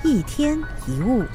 一天一物。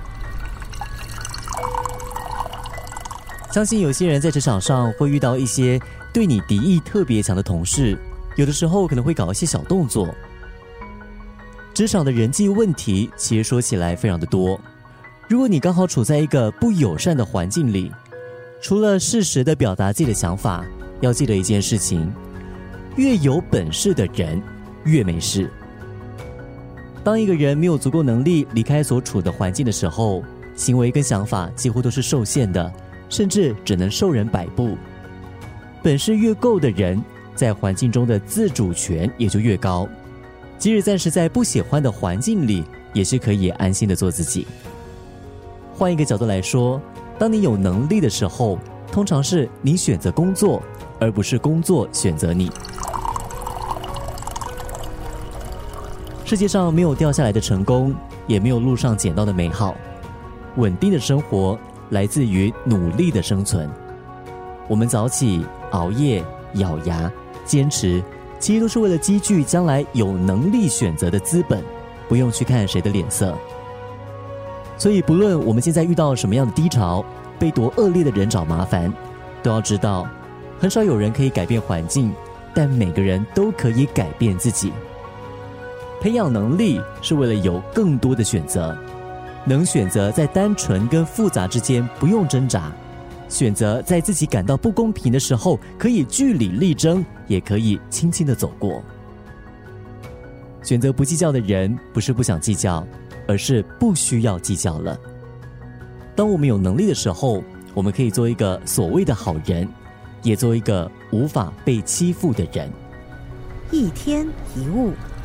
相信有些人在职场上会遇到一些对你敌意特别强的同事，有的时候可能会搞一些小动作。职场的人际问题其实说起来非常的多，如果你刚好处在一个不友善的环境里，除了适时的表达自己的想法，要记得一件事情，越有本事的人越没事。当一个人没有足够能力离开所处的环境的时候，行为跟想法几乎都是受限的，甚至只能受人摆布。本事越够的人，在环境中的自主权也就越高，即使暂时在不喜欢的环境里，也是可以安心的做自己。换一个角度来说，当你有能力的时候，通常是你选择工作，而不是工作选择你。世界上没有掉下来的成功，也没有路上捡到的美好。稳定的生活来自于努力的生存。我们早起、熬夜、咬牙、坚持，其实都是为了积聚将来有能力选择的资本，不用去看谁的脸色。所以不论我们现在遇到什么样的低潮，被多恶劣的人找麻烦，都要知道，很少有人可以改变环境，但每个人都可以改变自己。培养能力是为了有更多的选择，能选择在单纯跟复杂之间不用挣扎，选择在自己感到不公平的时候可以据理力争，也可以轻轻地走过。选择不计较的人，不是不想计较，而是不需要计较了。当我们有能力的时候，我们可以做一个所谓的好人，也做一个无法被欺负的人。 一天一物。